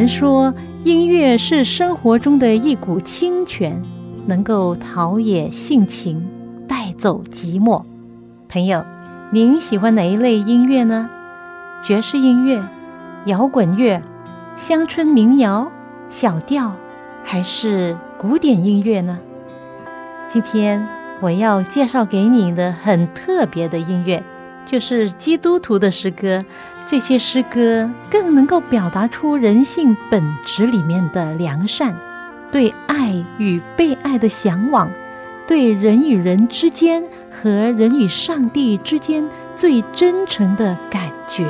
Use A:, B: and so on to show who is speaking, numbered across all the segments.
A: 人说，音乐是生活中的一股清泉，能够陶冶性情，带走寂寞。朋友，您喜欢哪一类音乐呢？爵士音乐、摇滚乐、乡村民谣、小调，还是古典音乐呢？今天我要介绍给你的很特别的音乐，就是基督徒的诗歌。这些诗歌更能够表达出人性本质里面的良善，对爱与被爱的向往，对人与人之间和人与上帝之间最真诚的感觉。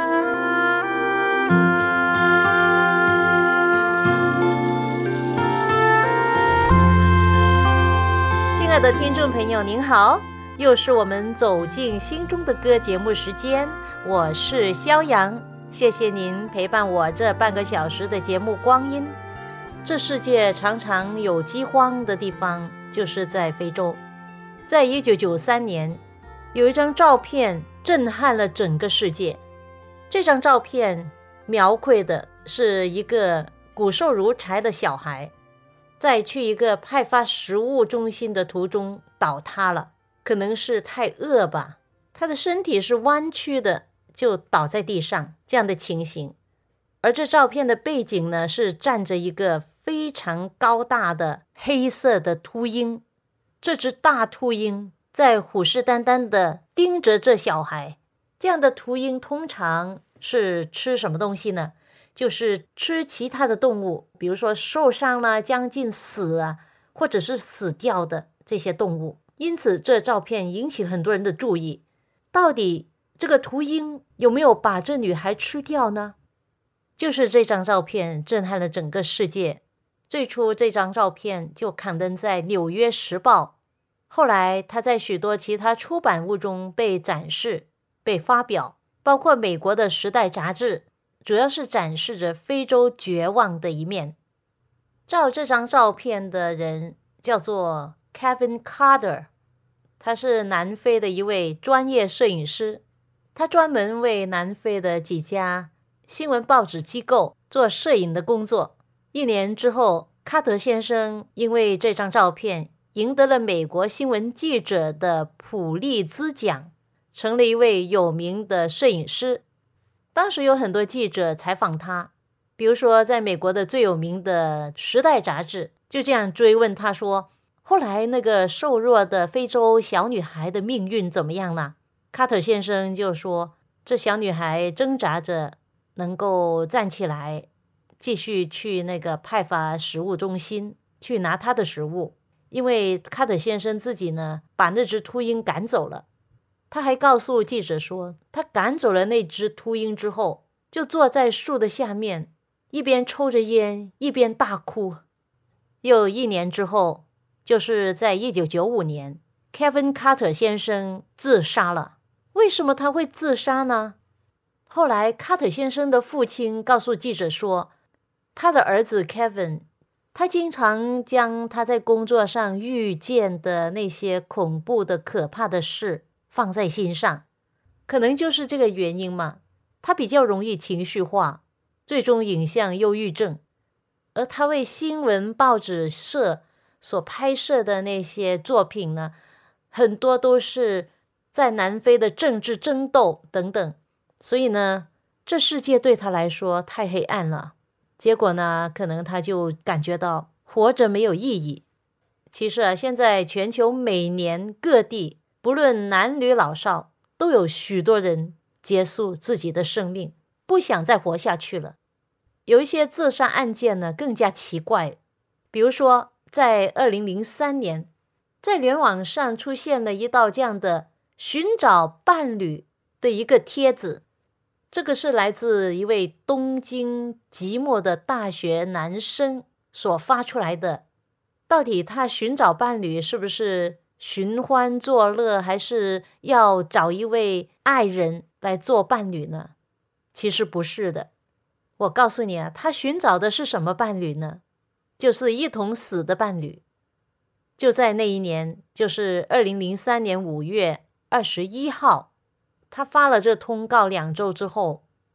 A: 亲爱的听众朋友您好，又是我们走进心中的歌节目时间，我是萧阳，谢谢您陪伴我这半个小时的节目光阴。这世界常常有饥荒的地方，就是在非洲。在1993年，有一张照片震撼了整个世界。这张照片描绘的是一个骨瘦如柴的小孩，在去一个派发食物中心的途中倒塌了，可能是太饿吧，他的身体是弯曲的，就倒在地上，这样的情形。而这照片的背景呢，是站着一个非常高大的黑色的秃鹰。这只大秃鹰在虎视眈眈地盯着这小孩。这样的秃鹰通常是吃什么东西呢？就是吃其他的动物，比如说受伤了、将近死啊，或者是死掉的这些动物。因此这照片引起很多人的注意，到底这个秃鹰有没有把这女孩吃掉呢？就是这张照片震撼了整个世界。最初这张照片就刊登在《纽约时报》，后来它在许多其他出版物中被展示、被发表，包括美国的《时代》杂志，主要是展示着非洲绝望的一面。照这张照片的人叫做 Kevin Carter， 他是南非的一位专业摄影师，他专门为南非的几家新闻报纸机构做摄影的工作。1年之后，卡特先生因为这张照片赢得了美国新闻记者的普利兹奖，成了一位有名的摄影师。当时有很多记者采访他，比如说在美国的最有名的《时代》杂志就这样追问他说，后来那个瘦弱的非洲小女孩的命运怎么样呢？卡特先生就说，这小女孩挣扎着能够站起来，继续去那个派发食物中心去拿她的食物，因为卡特先生自己呢把那只秃鹰赶走了。他还告诉记者说，他赶走了那只秃鹰之后，就坐在树的下面，一边抽着烟，一边大哭。又1年之后，就是在1995年 Kevin Carter 先生自杀了。为什么他会自杀呢？后来卡特先生的父亲告诉记者说，他的儿子 Kevin， 他经常将他在工作上遇见的那些恐怖的可怕的事放在心上，可能就是这个原因嘛，他比较容易情绪化，最终引向忧郁症。而他为新闻报纸社所拍摄的那些作品呢，很多都是在南非的政治争斗等等，所以呢，这世界对他来说太黑暗了。结果呢，可能他就感觉到活着没有意义。其实啊，现在全球每年各地，不论男女老少，都有许多人结束自己的生命，不想再活下去了。有一些自杀案件呢，更加奇怪。比如说，在2003年，在联网上出现了一道这样的寻找伴侣的一个帖子。这个是来自一位东京即墨的大学男生所发出来的。到底他寻找伴侣是不是寻欢作乐，还是要找一位爱人来做伴侣呢？其实不是的。我告诉你啊，他寻找的是什么伴侣呢？就是一同死的伴侣。就在那一年，就是2003年5月21号，他发了这通告2周之后，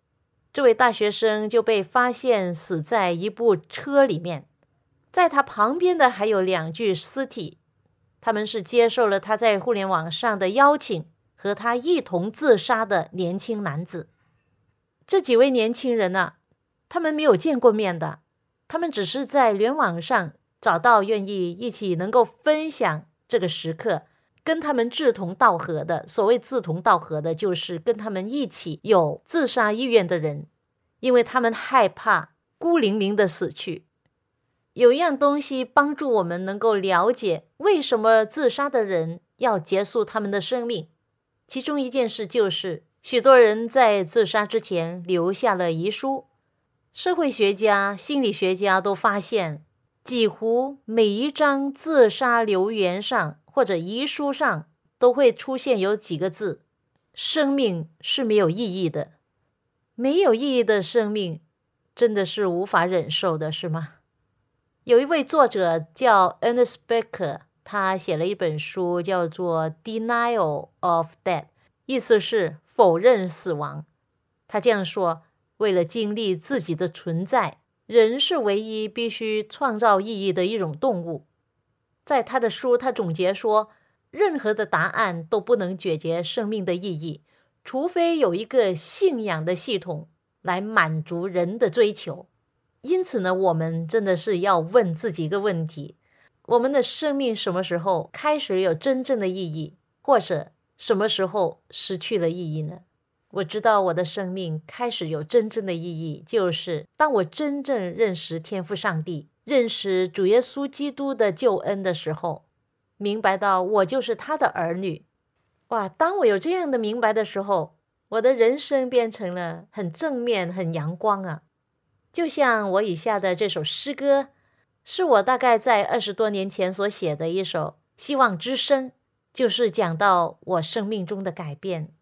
A: 这位大学生就被发现死在一部车里面，在他旁边的还有2具尸体，他们是接受了他在互联网上的邀请，和他一同自杀的年轻男子。这几位年轻人呢，他们没有见过面的，他们只是在联网上找到愿意一起能够分享这个时刻，跟他们志同道合的。所谓志同道合的，就是跟他们一起有自杀意愿的人，因为他们害怕孤零零的死去。有一样东西帮助我们能够了解为什么自杀的人要结束他们的生命，其中一件事就是许多人在自杀之前留下了遗书。社会学家、心理学家都发现，几乎每一张自杀留言上或者遗书上都会出现有几个字：生命是没有意义的。没有意义的生命真的是无法忍受的，是吗？有一位作者叫 Ernest Becker， 他写了一本书叫做 Denial of Death， 意思是否认死亡。他这样说，为了经历自己的存在，人是唯一必须创造意义的一种动物。在他的书，他总结说，任何的答案都不能解决生命的意义，除非有一个信仰的系统来满足人的追求。因此呢，我们真的是要问自己一个问题：我们的生命什么时候开始有真正的意义，或者什么时候失去了意义呢？我知道我的生命开始有真正的意义，就是当我真正认识天父上帝，认识主耶稣基督的救恩的时候，明白到我就是他的儿女。哇，当我有这样的明白的时候，我的人生变成了很正面、很阳光啊。就像我以下的这首诗歌，是我大概在20多年前所写的一首希望之声，就是讲到我生命中的改变。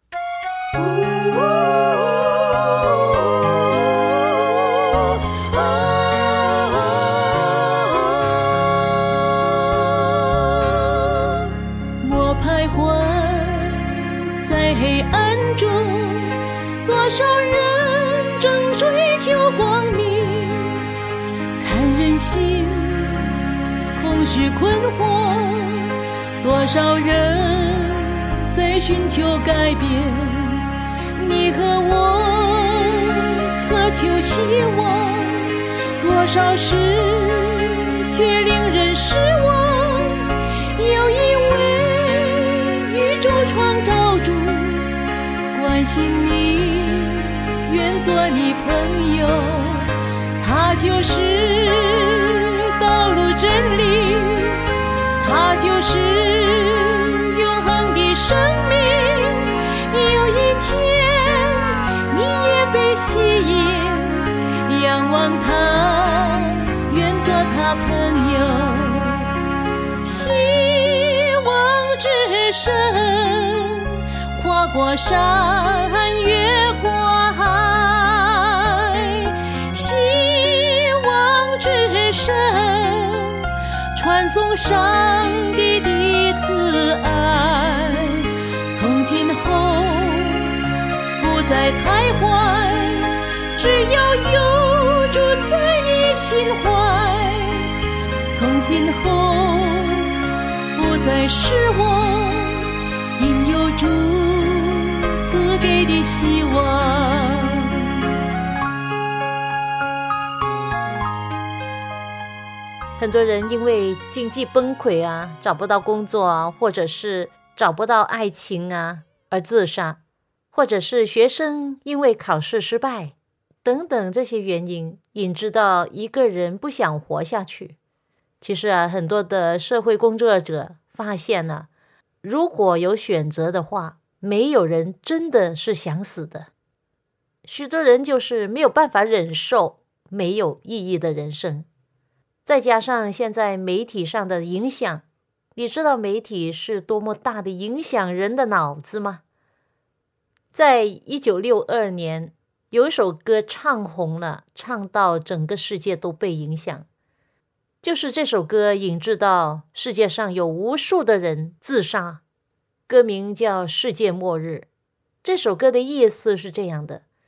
B: 我徘徊在黑暗中，多少人正追求光明，看人心空虚困惑，多少人在寻求改变。你和我渴求希望，多少事却令人失望。有一位宇宙创造主关心你，愿做你朋友，他就是道路真理，他就是永恒的生命。有一天你也被吸引，仰望他，愿做他朋友。希望之声，跨过山，越过海。希望之声，传颂上帝的慈爱。从今后不再徘徊，只要有主在你心怀。从今后不再失望，因有主赐给的希望。
A: 很多人因为经济崩溃啊，找不到工作啊，或者是找不到爱情啊而自杀，或者是学生因为考试失败等等，这些原因引致到一个人不想活下去。其实啊，很多的社会工作者发现了，如果有选择的话，没有人真的是想死的。许多人就是没有办法忍受没有意义的人生。再加上现在媒体上的影响，你知道媒体是多么大的影响人的脑子吗？在1962年，有一首歌唱红了，唱到整个世界都被影响。就是这首歌引致到世界上有无数的人自杀，歌名叫《世界末日》。这首歌的意思是这样的：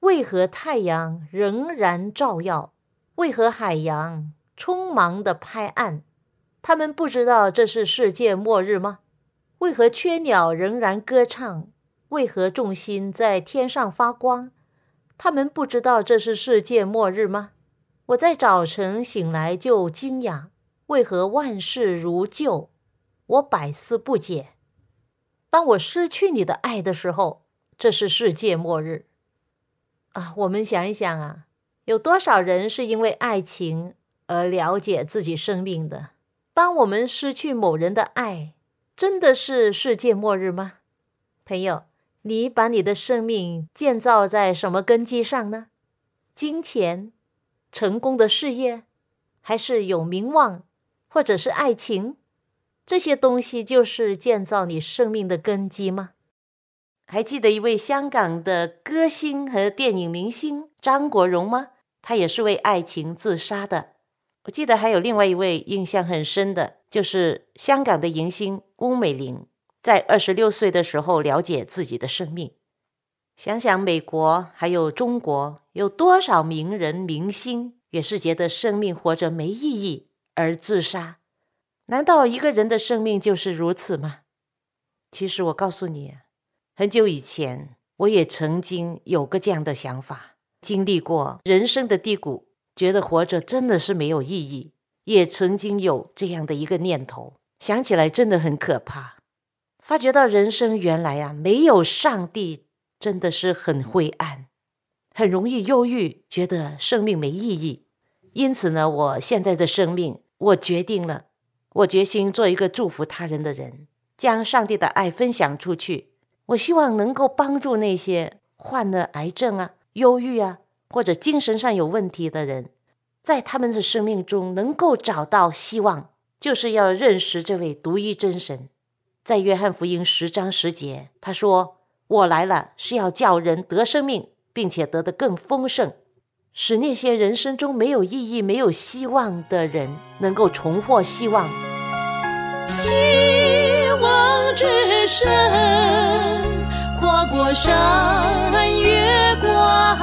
A: 为何太阳仍然照耀？为何海洋匆忙地拍岸？他们不知道这是世界末日吗？为何雀鸟仍然歌唱？为何众星在天上发光？他们不知道这是世界末日吗？我在早晨醒来就惊讶，为何万事如旧？我百思不解。当我失去你的爱的时候，这是世界末日。我们想一想啊，有多少人是因为爱情而了解自己生命的？当我们失去某人的爱，真的是世界末日吗？朋友，你把你的生命建造在什么根基上呢？金钱、成功的事业，还是有名望，或者是爱情？这些东西就是建造你生命的根基吗？还记得一位香港的歌星和电影明星张国荣吗？他也是为爱情自杀的。我记得还有另外一位印象很深的，就是香港的影星翁美玲，在26岁的时候了解自己的生命。想想美国还有中国，有多少名人明星也是觉得生命活着没意义而自杀。难道一个人的生命就是如此吗？其实我告诉你，很久以前我也曾经有个这样的想法，经历过人生的低谷，觉得活着真的是没有意义，也曾经有这样的一个念头，想起来真的很可怕。发觉到人生原来没有上帝真的是很灰暗，很容易忧郁，觉得生命没意义。因此呢，我现在的生命，我决定了，我决心做一个祝福他人的人，将上帝的爱分享出去。我希望能够帮助那些患了癌症忧郁或者精神上有问题的人，在他们的生命中能够找到希望，就是要认识这位独一真神。在约翰福音10章10节，他说，我来了是要叫人得生命，并且得得更丰盛，使那些人生中没有意义没有希望的人能够重获希望。
B: 希望之声，跨过山越过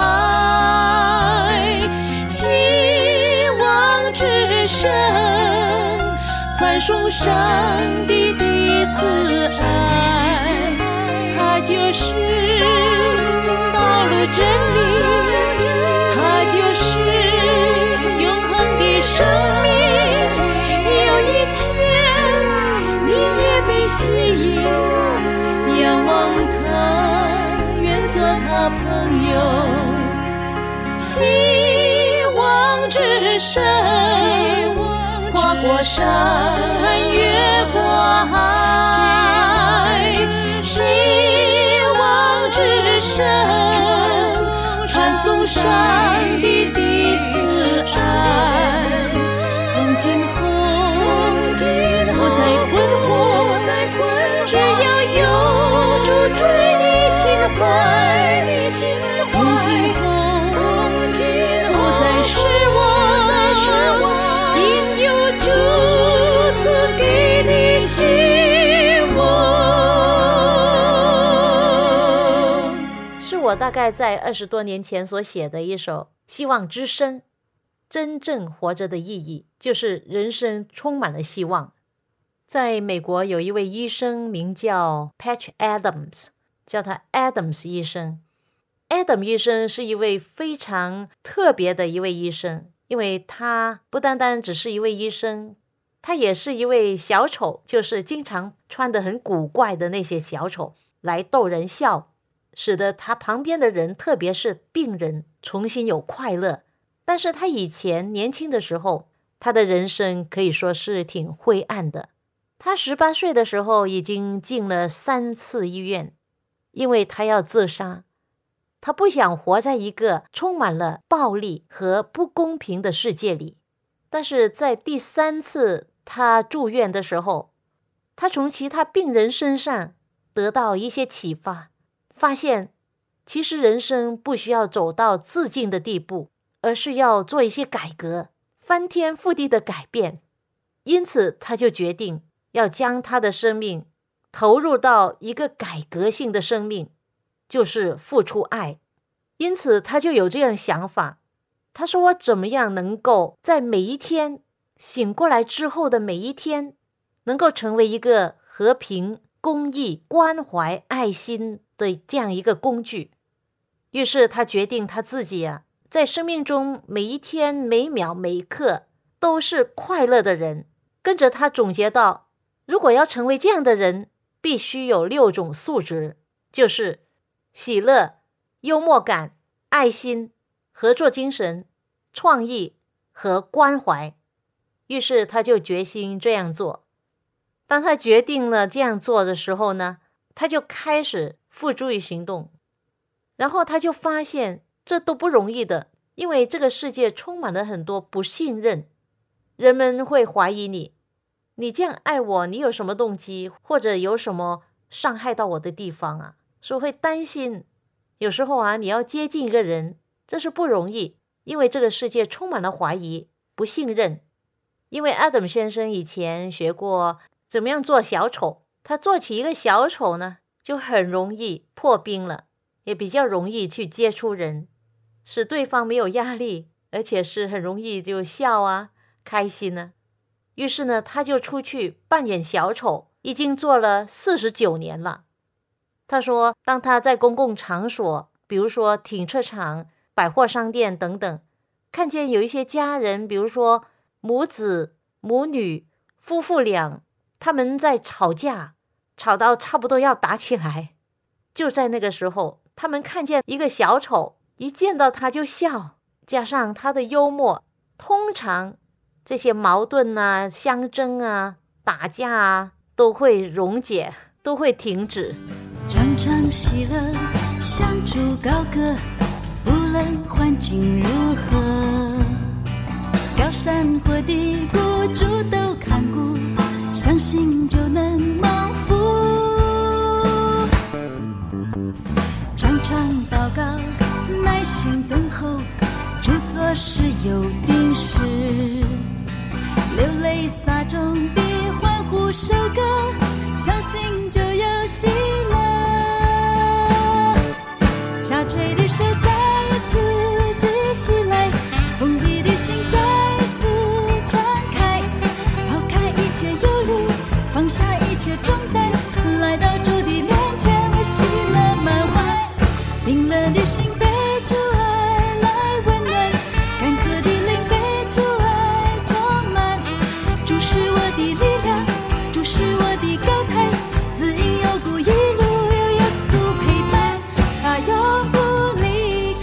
B: 海，希望之声，传送上帝的慈爱，它就是道路真理，它就是永恒的生命。有一天你也被吸引，仰望他，愿做他朋友。希望之声，跨过山越过海，希望之声，传送上帝的慈爱。从今后不再困惑，只要有主在你心怀。从今后不再失望，因有主赐给的希望。
A: 是我大概在20多年前所写的一首《希望之声》。真正活着的意义，就是人生充满了希望。在美国有一位医生名叫 Patch Adams， 叫他 Adams 医生。Adams 医生是一位非常特别的一位医生，因为他不单单只是一位医生，他也是一位小丑，就是经常穿得很古怪的那些小丑来逗人笑，使得他旁边的人，特别是病人，重新有快乐。但是他以前年轻的时候，他的人生可以说是挺灰暗的。他18岁的时候已经进了3次医院，因为他要自杀。他不想活在一个充满了暴力和不公平的世界里。但是在第3次他住院的时候，他从其他病人身上得到一些启发，发现其实人生不需要走到自尽的地步，而是要做一些改革，翻天覆地的改变。因此他就决定要将他的生命投入到一个改革性的生命，就是付出爱。 因此他就有这样想法，他说我怎么样能够在每一天醒过来之后的每一天，能够成为一个和平、公益、关怀、爱心的这样一个工具。于是他决定他自己在生命中每一天、每秒、每一刻都是快乐的人。跟着他总结到，如果要成为这样的人，必须有6种素质，就是喜乐、幽默感、爱心、合作精神、创意和关怀。于是他就决心这样做。当他决定了这样做的时候呢，他就开始付诸于行动。然后他就发现这都不容易的，因为这个世界充满了很多不信任，人们会怀疑你，你这样爱我，你有什么动机，或者有什么伤害到我的地方所以会担心。有时候你要接近一个人，这是不容易，因为这个世界充满了怀疑、不信任。因为 Adam 先生以前学过怎么样做小丑，他做起一个小丑呢，就很容易破冰了，也比较容易去接触人，使对方没有压力，而且是很容易就笑开心于是呢，他就出去扮演小丑，已经做了49年了。他说，当他在公共场所，比如说停车场、百货商店等等，看见有一些家人，比如说母子、母女、夫妇俩，他们在吵架，吵到差不多要打起来，就在那个时候，他们看见一个小丑，一见到他就笑，加上他的幽默，通常这些矛盾相争打架都会溶解，都会停止。
B: 常常喜乐，向主高歌，无论环境如何，高山或低谷，主都看顾，相信就能蒙福。常常祷告，耐心等候，主做事有定时，流泪撒种比欢呼收割，相信就有喜乐。下垂的手再一次举起来，封闭的心再一次敞开，抛开一切忧虑，放下一切重担，来到主的面前，为喜乐满怀。冰冷的心被主爱来温暖，干渴的灵被主爱充满。主是我的力量，主是我的高台，死荫幽谷一路有耶稣陪伴，他永不离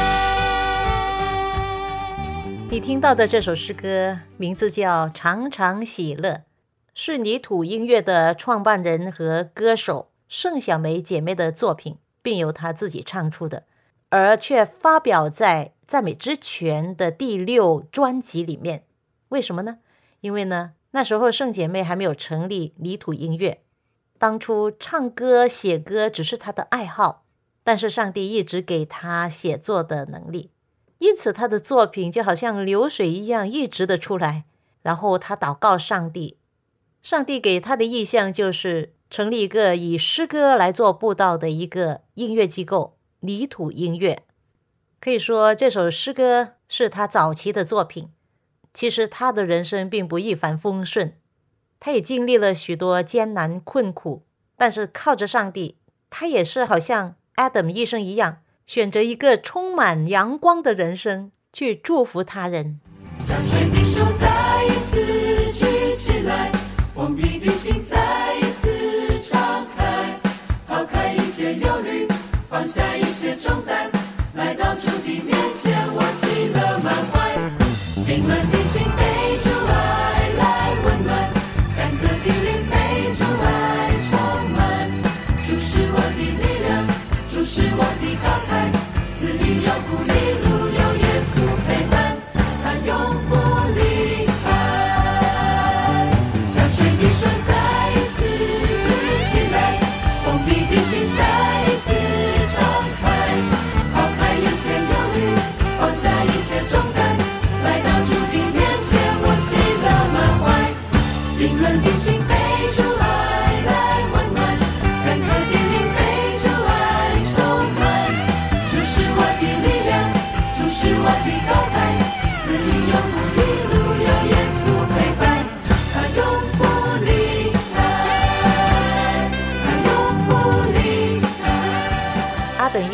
B: 开。
A: 你听到的这首诗歌名字叫《常常喜乐》，是泥土音乐的创办人和歌手盛小梅姐妹的作品，并由她自己唱出的，而却发表在赞美之泉的第6专辑里面。为什么呢？因为呢，那时候盛姐妹还没有成立泥土音乐，当初唱歌写歌只是她的爱好，但是上帝一直给她写作的能力，因此她的作品就好像流水一样一直的出来。然后她祷告上帝，上帝给她的意向就是成立一个以诗歌来做布道的一个音乐机构，泥土音乐。可以说这首诗歌是他早期的作品。其实他的人生并不一帆风顺，他也经历了许多艰难困苦，但是靠着上帝，他也是好像 Adam 医生一样，选择一个充满阳光的人生，去祝福他人。
B: 下垂的手再一次举起来，封闭的心再一次敞开，抛开一切忧虑，放下一切重担，来到主的面前，我喜乐满怀。冰冷的心被主爱来温暖，干渴的灵被主爱充满。主是我的力量，主是我的高台，死荫幽谷一路有耶稣陪伴，他永不离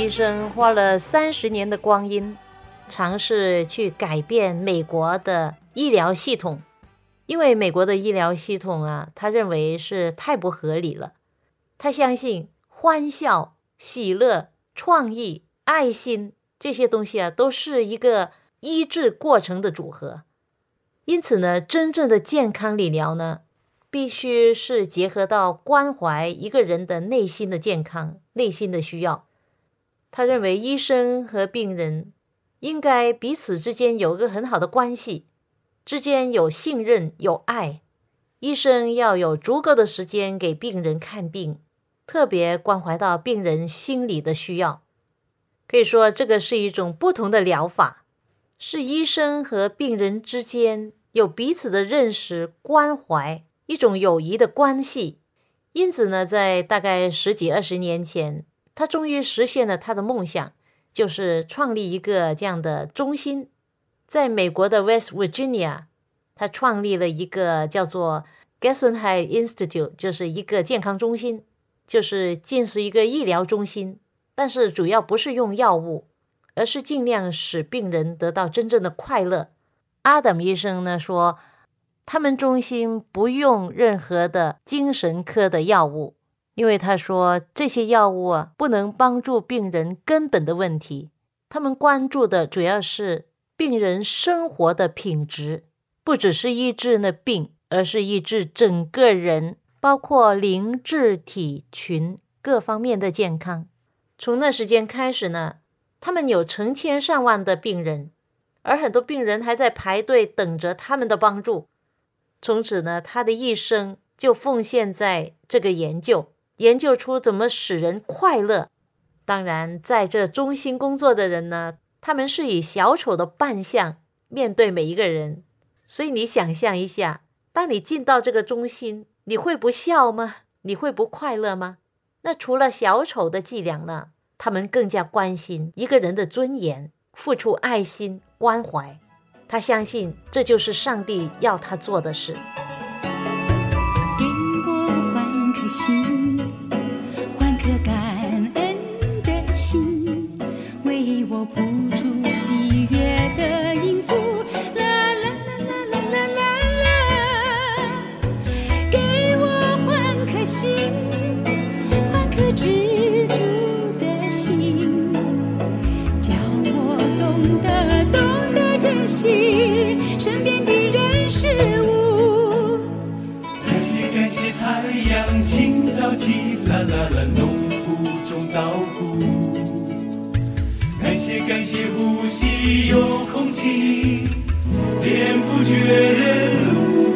A: 医生花了30年的光阴，尝试去改变美国的医疗系统。因为美国的医疗系统啊，他认为是太不合理了。他相信欢笑、喜乐、创意、爱心这些东西啊，都是一个医治过程的组合。因此呢，真正的健康理疗呢，必须是结合到关怀一个人的内心的健康、内心的需要。他认为医生和病人应该彼此之间有一个很好的关系，之间有信任、有爱。医生要有足够的时间给病人看病，特别关怀到病人心理的需要。可以说，这个是一种不同的疗法，是医生和病人之间有彼此的认识、关怀，一种友谊的关系。因此呢，在大概10几20年前，他终于实现了他的梦想，就是创立一个这样的中心。在美国的 West Virginia， 他创立了一个叫做 Gesundheit Institute， 就是一个健康中心，就是近似一个医疗中心，但是主要不是用药物，而是尽量使病人得到真正的快乐。Adam 医生呢说，他们中心不用任何的精神科的药物，因为他说这些药物啊，不能帮助病人根本的问题，他们关注的主要是病人生活的品质，不只是医治那病，而是医治整个人，包括灵智体群各方面的健康。从那时间开始呢，他们有成千上万的病人，而很多病人还在排队等着他们的帮助。从此呢，他的一生就奉献在这个研究出怎么使人快乐。当然，在这中心工作的人呢，他们是以小丑的扮相面对每一个人。所以你想象一下，当你进到这个中心，你会不笑吗？你会不快乐吗？那除了小丑的伎俩呢，他们更加关心一个人的尊严，付出爱心关怀。他相信这就是上帝要他做的事。
B: 给我换颗心，换颗感恩的心，为我谱出喜悦的音符，啦啦啦啦啦啦啦。给我换颗心，换颗知足的心，叫我懂得珍惜身边的人事物。
C: 感谢太阳清早起，啦啦啦，农夫种稻谷。感谢呼吸有空气，连不绝人路。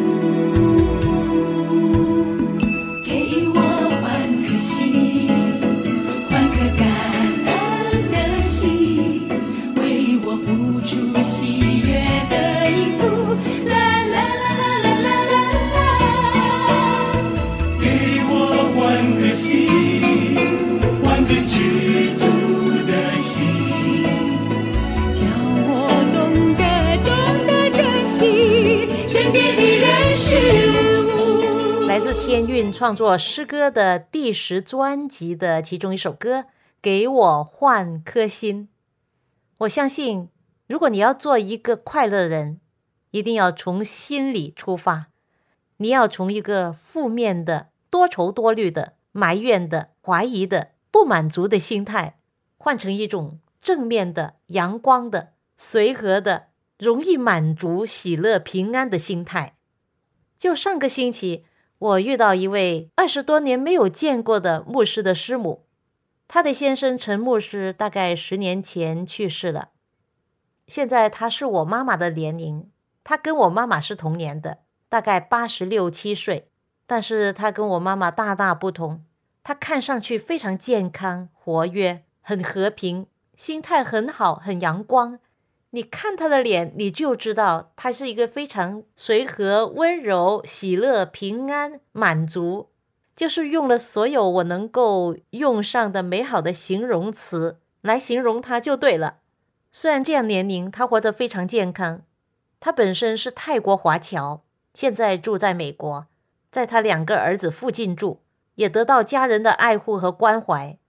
B: 给我换颗心，换颗感恩的心，为我谱出喜悦的音符，啦啦啦啦啦啦啦啦。
C: 给我换颗心，换个知足的心，
B: 叫我懂得珍惜身边的人事物。
A: 来自天韵创作诗歌的第10专辑的其中一首歌，给我换颗心。我相信，如果你要做一个快乐人，一定要从心里出发。你要从一个负面的、多愁多虑的、埋怨的、怀疑的、不满足的心态，换成一种正面的、阳光的、随和的、容易满足、喜乐、平安的心态。就上个星期，我遇到一位20多年没有见过的牧师的师母，他的先生陈牧师大概10年前去世了。现在他是我妈妈的年龄，他跟我妈妈是同年的，大概86、7岁，但是他跟我妈妈大大不同。他看上去非常健康、活跃，很和平，心态很好，很阳光。你看他的脸，你就知道他是一个非常随和、温柔、喜乐、平安、满足，就是用了所有我能够用上的美好的形容词来形容他就对了。虽然这样年龄，他活得非常健康。他本身是泰国华侨，现在住在美国，在他2个儿子附近住，也得到家人的爱护和关怀。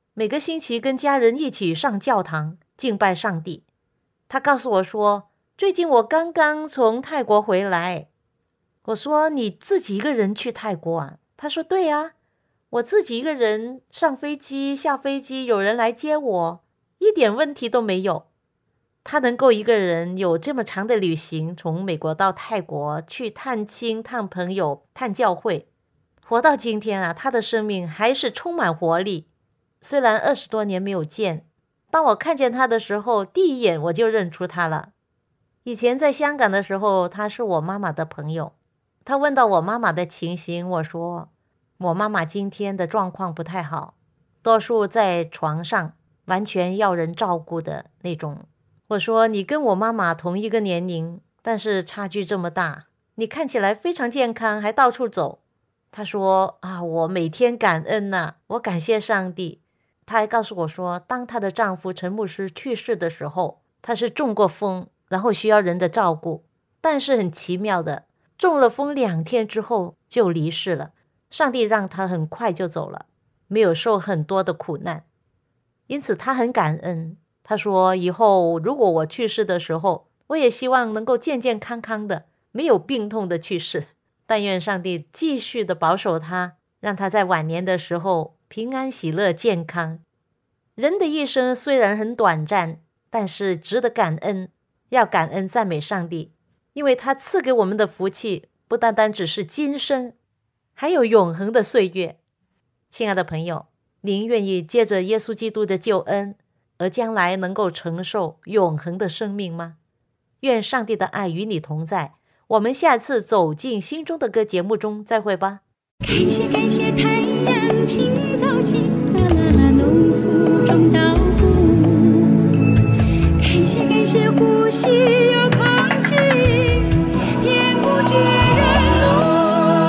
A: 每个星期跟家人一起上教堂敬拜上帝。他告诉我说，最近我刚刚从泰国回来。我说，你自己一个人去泰国啊？他说，对啊，我自己一个人上飞机下飞机，有人来接我，一点问题都没有。他能够一个人有这么长的旅行，从美国到泰国去探亲、探朋友、探教会，活到今天啊，他的生命还是充满活力。虽然20多年没有见，当我看见他的时候，第一眼我就认出他了。以前在香港的时候，他是我妈妈的朋友。他问到我妈妈的情形，我说我妈妈今天的状况不太好，多数在床上，完全要人照顾的那种。我说，你跟我妈妈同一个年龄，但是差距这么大，你看起来非常健康，还到处走。他说啊，我每天感恩啊，我感谢上帝。他还告诉我说，当她的丈夫陈牧师去世的时候，她是中过风，然后需要人的照顾，但是很奇妙的，中了风2天之后就离世了。上帝让她很快就走了，没有受很多的苦难，因此她很感恩。他说，以后如果我去世的时候，我也希望能够健健康康的，没有病痛的去世。但愿上帝继续的保守他，让他在晚年的时候平安喜乐健康。人的一生虽然很短暂，但是值得感恩，要感恩赞美上帝，因为他赐给我们的福气不单单只是今生，还有永恒的岁月。亲爱的朋友，您愿意借着耶稣基督的救恩而将来能够承受永恒的生命吗？愿上帝的爱与你同在。我们下次走进心中的歌节目中再会吧。
B: 感谢感谢太阳清早起，啦啦啦农夫种稻谷。感谢感谢呼吸有空气，天不绝人路。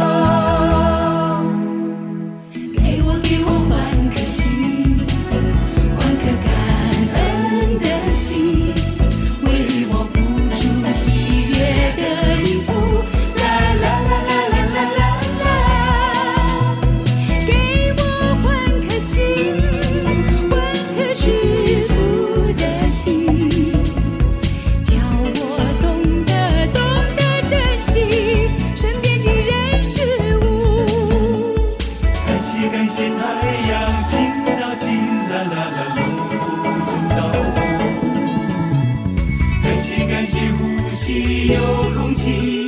B: 给我换颗心，换颗感恩的心，为我付出喜悦的礼物。啦啦啦啦啦啦啦啦，给我换颗心，换颗知足的心，叫我懂得珍惜身边的人事物。
C: 感谢感谢太阳清早起，啦啦啦农夫种稻谷。感谢感谢呼吸有空气。